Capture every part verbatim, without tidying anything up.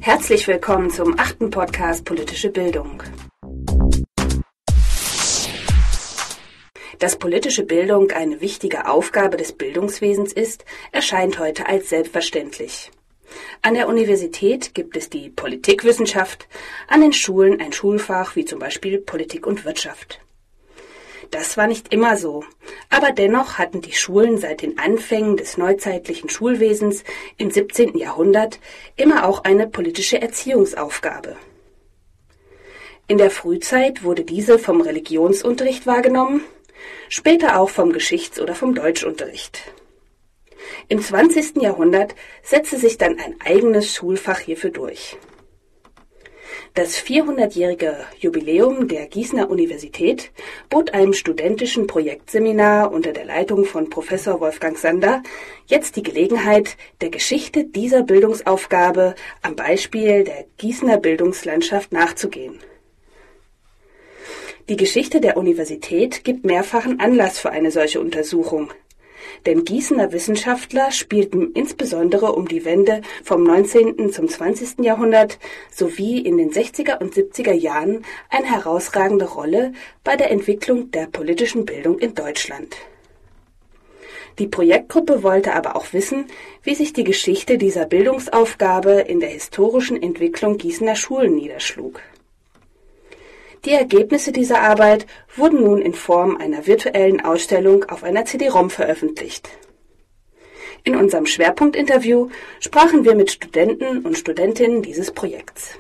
Herzlich willkommen zum achten Podcast Politische Bildung. Dass politische Bildung eine wichtige Aufgabe des Bildungswesens ist, erscheint heute als selbstverständlich. An der Universität gibt es die Politikwissenschaft, an den Schulen ein Schulfach wie zum Beispiel Politik und Wirtschaft. Das war nicht immer so, aber dennoch hatten die Schulen seit den Anfängen des neuzeitlichen Schulwesens im siebzehnten Jahrhundert immer auch eine politische Erziehungsaufgabe. In der Frühzeit wurde diese vom Religionsunterricht wahrgenommen, später auch vom Geschichts- oder vom Deutschunterricht. Im zwanzigsten Jahrhundert setzte sich dann ein eigenes Schulfach hierfür durch. Das vierhundertjährige Jubiläum der Gießener Universität bot einem studentischen Projektseminar unter der Leitung von Professor Wolfgang Sander jetzt die Gelegenheit, der Geschichte dieser Bildungsaufgabe am Beispiel der Gießener Bildungslandschaft nachzugehen. Die Geschichte der Universität gibt mehrfachen Anlass für eine solche Untersuchung. Denn Gießener Wissenschaftler spielten insbesondere um die Wende vom neunzehnten zum zwanzigsten Jahrhundert sowie in den sechziger und siebziger Jahren eine herausragende Rolle bei der Entwicklung der politischen Bildung in Deutschland. Die Projektgruppe wollte aber auch wissen, wie sich die Geschichte dieser Bildungsaufgabe in der historischen Entwicklung Gießener Schulen niederschlug. Die Ergebnisse dieser Arbeit wurden nun in Form einer virtuellen Ausstellung auf einer C D-ROM veröffentlicht. In unserem Schwerpunktinterview sprachen wir mit Studenten und Studentinnen dieses Projekts.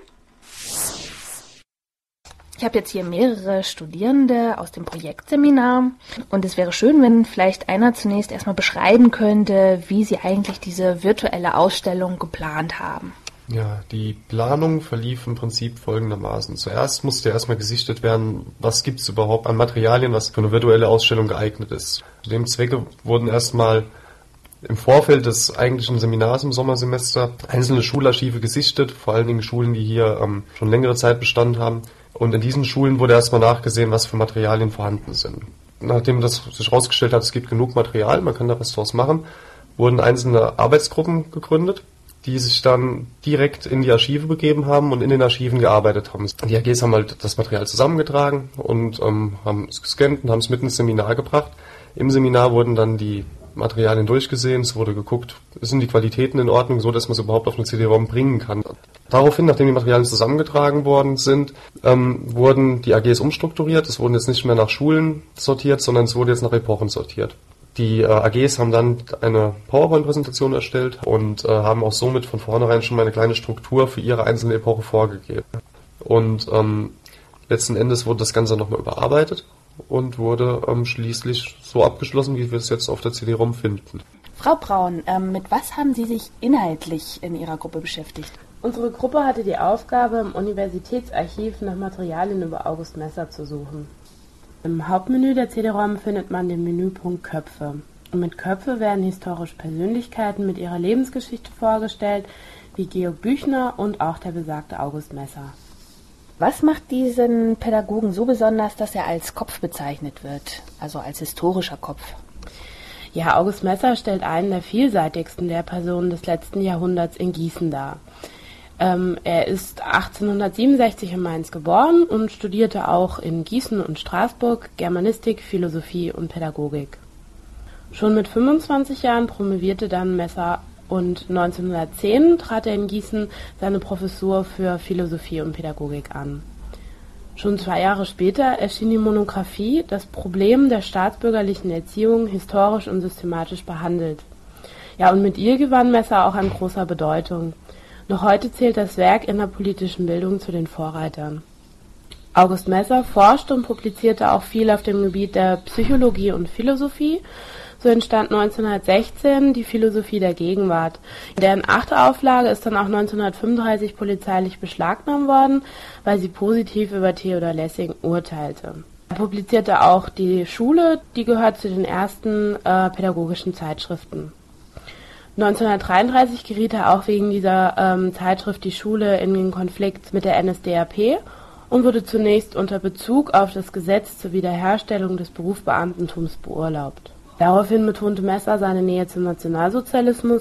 Ich habe jetzt hier mehrere Studierende aus dem Projektseminar und es wäre schön, wenn vielleicht einer zunächst erstmal beschreiben könnte, wie Sie eigentlich diese virtuelle Ausstellung geplant haben. Ja, die Planung verlief im Prinzip folgendermaßen. Zuerst musste erstmal gesichtet werden, was gibt es überhaupt an Materialien, was für eine virtuelle Ausstellung geeignet ist. Zu dem Zwecke wurden erstmal im Vorfeld des eigentlichen Seminars im Sommersemester einzelne Schularchive gesichtet, vor allen Dingen Schulen, die hier ähm, schon längere Zeit bestanden haben. Und in diesen Schulen wurde erstmal nachgesehen, was für Materialien vorhanden sind. Nachdem das sich herausgestellt hat, es gibt genug Material, man kann da was draus machen, wurden einzelne Arbeitsgruppen gegründet, die sich dann direkt in die Archive begeben haben und in den Archiven gearbeitet haben. Die A Gs haben halt das Material zusammengetragen und ähm, haben es gescannt und haben es mit ins Seminar gebracht. Im Seminar wurden dann die Materialien durchgesehen, es wurde geguckt, sind die Qualitäten in Ordnung, so dass man es überhaupt auf eine C D-ROM bringen kann. Daraufhin, nachdem die Materialien zusammengetragen worden sind, ähm, wurden die A Gs umstrukturiert. Es wurden jetzt nicht mehr nach Schulen sortiert, sondern es wurde jetzt nach Epochen sortiert. Die äh, A Gs haben dann eine PowerPoint-Präsentation erstellt und äh, haben auch somit von vornherein schon mal eine kleine Struktur für ihre einzelne Epoche vorgegeben. Und ähm, letzten Endes wurde das Ganze nochmal überarbeitet und wurde ähm, schließlich so abgeschlossen, wie wir es jetzt auf der C D-ROM finden. Frau Braun, ähm, mit was haben Sie sich inhaltlich in Ihrer Gruppe beschäftigt? Unsere Gruppe hatte die Aufgabe, im Universitätsarchiv nach Materialien über August Messer zu suchen. Im Hauptmenü der C D-ROM findet man den Menüpunkt Köpfe. Und mit Köpfe werden historische Persönlichkeiten mit ihrer Lebensgeschichte vorgestellt, wie Georg Büchner und auch der besagte August Messer. Was macht diesen Pädagogen so besonders, dass er als Kopf bezeichnet wird, also als historischer Kopf? Ja, August Messer stellt einen der vielseitigsten Lehrpersonen des letzten Jahrhunderts in Gießen dar. Ähm, er ist achtzehnhundertsiebenundsechzig in Mainz geboren und studierte auch in Gießen und Straßburg Germanistik, Philosophie und Pädagogik. Schon mit fünfundzwanzig Jahren promovierte dann Messer und neunzehnhundertzehn trat er in Gießen seine Professur für Philosophie und Pädagogik an. Schon zwei Jahre später erschien die Monographie Das Problem der staatsbürgerlichen Erziehung historisch und systematisch behandelt. Ja, und mit ihr gewann Messer auch an großer Bedeutung. Noch heute zählt das Werk in der politischen Bildung zu den Vorreitern. August Messer forschte und publizierte auch viel auf dem Gebiet der Psychologie und Philosophie. So entstand neunzehnhundertsechzehn die Philosophie der Gegenwart. Deren achte Auflage ist dann auch neunzehnhundertfünfunddreißig polizeilich beschlagnahmt worden, weil sie positiv über Theodor Lessing urteilte. Er publizierte auch die Schule, die gehört zu den ersten äh, pädagogischen Zeitschriften. neunzehnhundertdreiunddreißig geriet er auch wegen dieser ähm, Zeitschrift Die Schule in den Konflikt mit der N S D A P und wurde zunächst unter Bezug auf das Gesetz zur Wiederherstellung des Berufsbeamtentums beurlaubt. Daraufhin betonte Messer seine Nähe zum Nationalsozialismus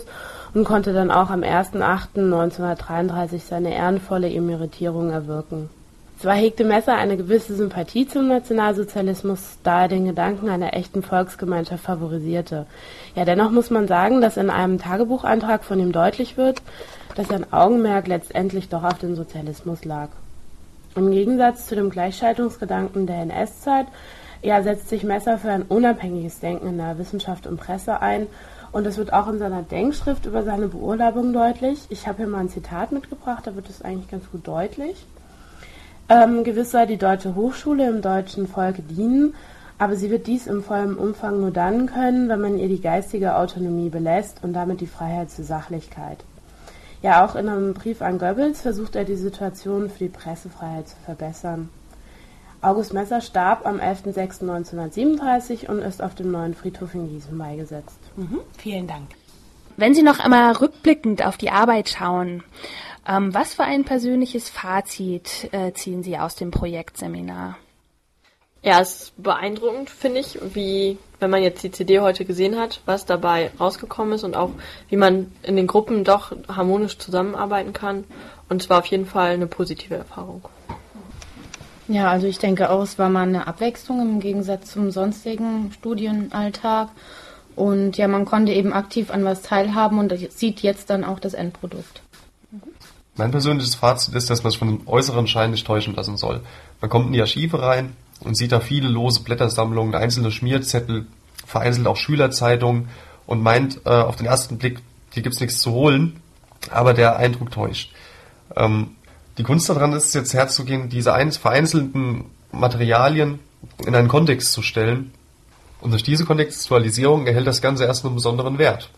und konnte dann auch am ersten achten neunzehnhundertdreiunddreißig seine ehrenvolle Emeritierung erwirken. Zwar hegte Messer eine gewisse Sympathie zum Nationalsozialismus, da er den Gedanken einer echten Volksgemeinschaft favorisierte. Ja, dennoch muss man sagen, dass in einem Tagebucheintrag von ihm deutlich wird, dass sein Augenmerk letztendlich doch auf den Sozialismus lag. Im Gegensatz zu dem Gleichschaltungsgedanken der N S-Zeit, ja, setzt sich Messer für ein unabhängiges Denken in der Wissenschaft und Presse ein, und es wird auch in seiner Denkschrift über seine Beurlaubung deutlich. Ich habe hier mal ein Zitat mitgebracht, da wird es eigentlich ganz gut deutlich. Ähm, gewiss soll die deutsche Hochschule im deutschen Volke dienen, aber sie wird dies im vollen Umfang nur dann können, wenn man ihr die geistige Autonomie belässt und damit die Freiheit zur Sachlichkeit. Ja, auch in einem Brief an Goebbels versucht er, die Situation für die Pressefreiheit zu verbessern. August Messer starb am elften sechsten neunzehnhundertsiebenunddreißig und ist auf dem Neuen Friedhof in Gießen beigesetzt. Mhm, vielen Dank. Wenn Sie noch einmal rückblickend auf die Arbeit schauen, ähm, was für ein persönliches Fazit äh, ziehen Sie aus dem Projektseminar? Ja, es ist beeindruckend, finde ich, wie, wenn man jetzt die C D heute gesehen hat, was dabei rausgekommen ist und auch, wie man in den Gruppen doch harmonisch zusammenarbeiten kann. Und es war auf jeden Fall eine positive Erfahrung. Ja, also ich denke auch, es war mal eine Abwechslung im Gegensatz zum sonstigen Studienalltag. Und ja, man konnte eben aktiv an was teilhaben und sieht jetzt dann auch das Endprodukt. Mein persönliches Fazit ist, dass man sich von dem äußeren Schein nicht täuschen lassen soll. Man kommt in die Archive rein und sieht da viele lose Blättersammlungen, einzelne Schmierzettel, vereinzelt auch Schülerzeitungen und meint äh, auf den ersten Blick, hier gibt's nichts zu holen, aber der Eindruck täuscht. Ähm, die Kunst daran ist jetzt herzugehen, diese vereinzelten Materialien in einen Kontext zu stellen, und durch diese Kontextualisierung erhält das Ganze erst einen besonderen Wert.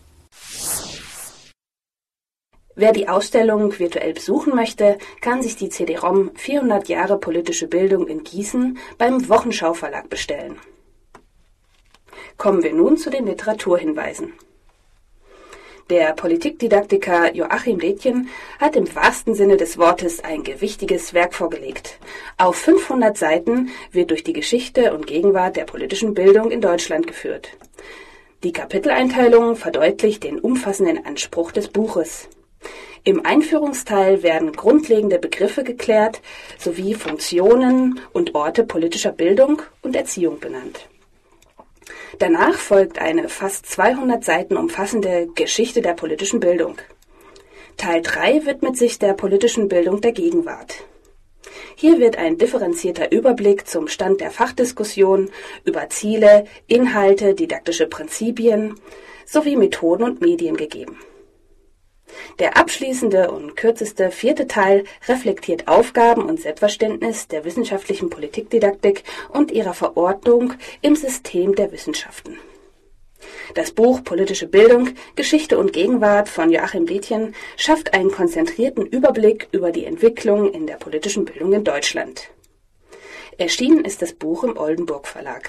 Wer die Ausstellung virtuell besuchen möchte, kann sich die C D-ROM vierhundert Jahre politische Bildung in Gießen beim Wochenschau Verlag bestellen. Kommen wir nun zu den Literaturhinweisen. Der Politikdidaktiker Joachim Detjen hat im wahrsten Sinne des Wortes ein gewichtiges Werk vorgelegt. Auf fünfhundert Seiten wird durch die Geschichte und Gegenwart der politischen Bildung in Deutschland geführt. Die Kapiteleinteilung verdeutlicht den umfassenden Anspruch des Buches. Im Einführungsteil werden grundlegende Begriffe geklärt, sowie Funktionen und Orte politischer Bildung und Erziehung benannt. Danach folgt eine fast zweihundert Seiten umfassende Geschichte der politischen Bildung. Teil drei widmet sich der politischen Bildung der Gegenwart. Hier wird ein differenzierter Überblick zum Stand der Fachdiskussion über Ziele, Inhalte, didaktische Prinzipien sowie Methoden und Medien gegeben. Der abschließende und kürzeste vierte Teil reflektiert Aufgaben und Selbstverständnis der wissenschaftlichen Politikdidaktik und ihrer Verordnung im System der Wissenschaften. Das Buch Politische Bildung, Geschichte und Gegenwart von Joachim Detjen schafft einen konzentrierten Überblick über die Entwicklung in der politischen Bildung in Deutschland. Erschienen ist das Buch im Oldenburg Verlag.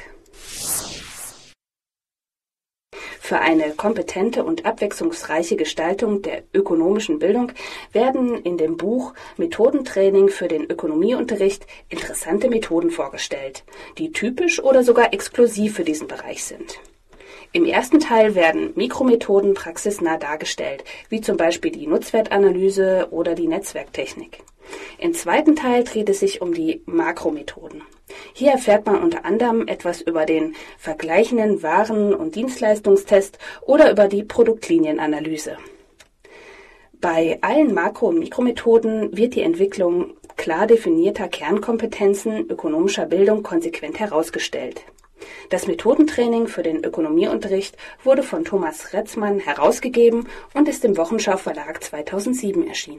Für eine kompetente und abwechslungsreiche Gestaltung der ökonomischen Bildung werden in dem Buch Methodentraining für den Ökonomieunterricht interessante Methoden vorgestellt, die typisch oder sogar exklusiv für diesen Bereich sind. Im ersten Teil werden Mikromethoden praxisnah dargestellt, wie zum Beispiel die Nutzwertanalyse oder die Netzwerktechnik. Im zweiten Teil dreht es sich um die Makromethoden. Hier erfährt man unter anderem etwas über den vergleichenden Waren- und Dienstleistungstest oder über die Produktlinienanalyse. Bei allen Makro- und Mikromethoden wird die Entwicklung klar definierter Kernkompetenzen ökonomischer Bildung konsequent herausgestellt. Das Methodentraining für den Ökonomieunterricht wurde von Thomas Retzmann herausgegeben und ist im Wochenschau Verlag zweitausendsieben erschienen.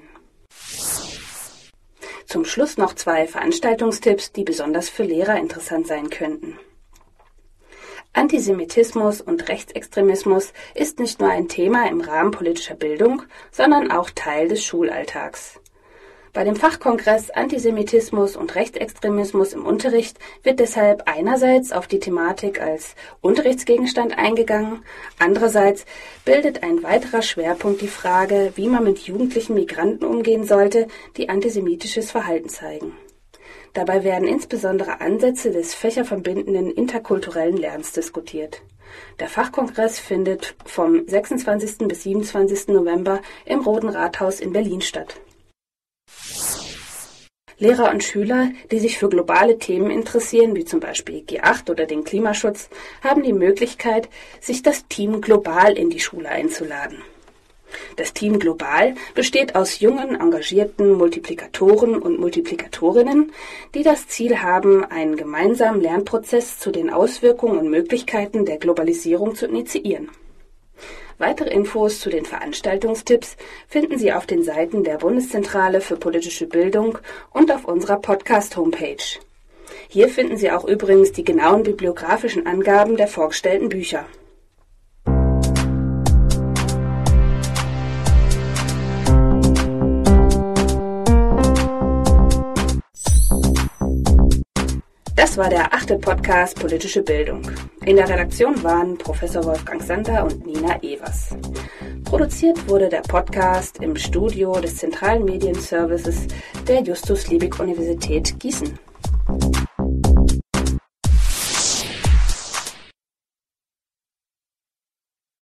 Zum Schluss noch zwei Veranstaltungstipps, die besonders für Lehrer interessant sein könnten. Antisemitismus und Rechtsextremismus ist nicht nur ein Thema im Rahmen politischer Bildung, sondern auch Teil des Schulalltags. Bei dem Fachkongress Antisemitismus und Rechtsextremismus im Unterricht wird deshalb einerseits auf die Thematik als Unterrichtsgegenstand eingegangen, andererseits bildet ein weiterer Schwerpunkt die Frage, wie man mit jugendlichen Migranten umgehen sollte, die antisemitisches Verhalten zeigen. Dabei werden insbesondere Ansätze des fächerverbindenden interkulturellen Lernens diskutiert. Der Fachkongress findet vom sechsundzwanzigsten bis siebenundzwanzigsten November im Roten Rathaus in Berlin statt. Lehrer und Schüler, die sich für globale Themen interessieren, wie zum Beispiel G acht oder den Klimaschutz, haben die Möglichkeit, sich das Team Global in die Schule einzuladen. Das Team Global besteht aus jungen, engagierten Multiplikatoren und Multiplikatorinnen, die das Ziel haben, einen gemeinsamen Lernprozess zu den Auswirkungen und Möglichkeiten der Globalisierung zu initiieren. Weitere Infos zu den Veranstaltungstipps finden Sie auf den Seiten der Bundeszentrale für politische Bildung und auf unserer Podcast-Homepage. Hier finden Sie auch übrigens die genauen bibliografischen Angaben der vorgestellten Bücher. Das war der achte Podcast Politische Bildung. In der Redaktion waren Professor Wolfgang Sander und Nina Evers. Produziert wurde der Podcast im Studio des Zentralen Medienservices der Justus-Liebig-Universität Gießen.